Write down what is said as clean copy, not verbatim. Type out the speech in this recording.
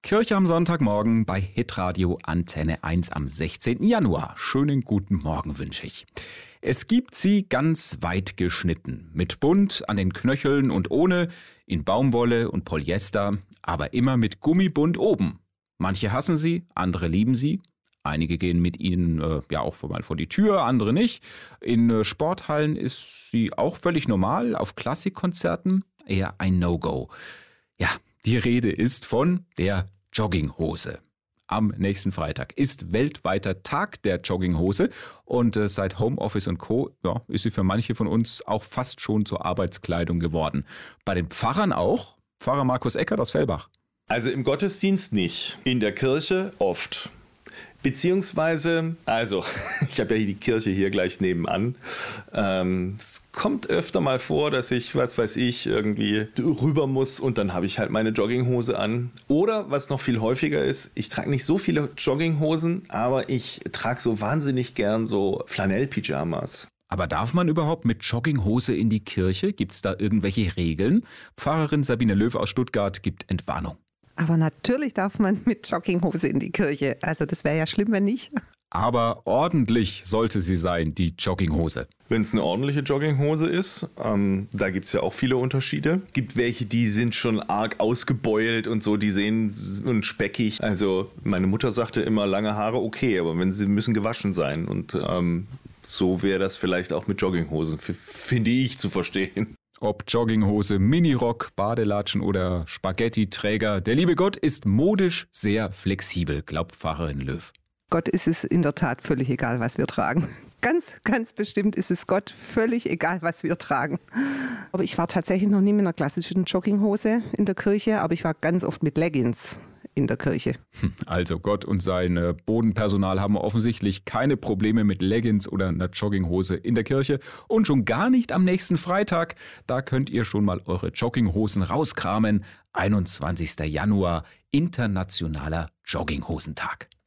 Kirche am Sonntagmorgen bei Hitradio Antenne 1 am 16. Januar. Schönen guten Morgen wünsche ich. Es gibt sie ganz weit geschnitten, mit bunt an den Knöcheln und ohne, in Baumwolle und Polyester, aber immer mit Gummibund oben. Manche hassen sie, andere lieben sie. Einige gehen mit ihnen auch mal vor die Tür, andere nicht. In Sporthallen ist sie auch völlig normal, auf Klassikkonzerten eher ein No-Go. Ja, die Rede ist von der Jogginghose. Am nächsten Freitag ist weltweiter Tag der Jogginghose und seit Homeoffice und Co. Ist sie für manche von uns auch fast schon zur Arbeitskleidung geworden. Bei den Pfarrern auch. Pfarrer Markus Eckert aus Fellbach. Also im Gottesdienst nicht, in der Kirche oft. Beziehungsweise, ich habe ja hier die Kirche hier gleich nebenan. Es kommt öfter mal vor, dass ich, irgendwie rüber muss und dann habe ich halt meine Jogginghose an. Oder, was noch viel häufiger ist, ich trage nicht so viele Jogginghosen, aber ich trage so wahnsinnig gern so Flanell-Pyjamas. Aber darf man überhaupt mit Jogginghose in die Kirche? Gibt es da irgendwelche Regeln? Pfarrerin Sabine Löw aus Stuttgart gibt Entwarnung. Aber natürlich darf man mit Jogginghose in die Kirche. Also das wäre ja schlimm, wenn nicht. Aber ordentlich sollte sie sein, die Jogginghose. Wenn es eine ordentliche Jogginghose ist, da gibt es ja auch viele Unterschiede. Gibt welche, die sind schon arg ausgebeult und so, die sehen und speckig. Also meine Mutter sagte immer, lange Haare okay, aber sie müssen gewaschen sein. Und so wäre das vielleicht auch mit Jogginghosen, finde ich, zu verstehen. Ob Jogginghose, Minirock, Badelatschen oder Spaghetti-Träger, der liebe Gott ist modisch sehr flexibel, glaubt Pfarrerin Löw. Gott ist es in der Tat völlig egal, was wir tragen. Ganz, ganz bestimmt ist es Gott völlig egal, was wir tragen. Aber ich war tatsächlich noch nie mit einer klassischen Jogginghose in der Kirche, aber ich war ganz oft mit Leggings in der Kirche. Also Gott und sein Bodenpersonal haben offensichtlich keine Probleme mit Leggings oder einer Jogginghose in der Kirche und schon gar nicht am nächsten Freitag. Da könnt ihr schon mal eure Jogginghosen rauskramen. 21. Januar, internationaler Jogginghosentag.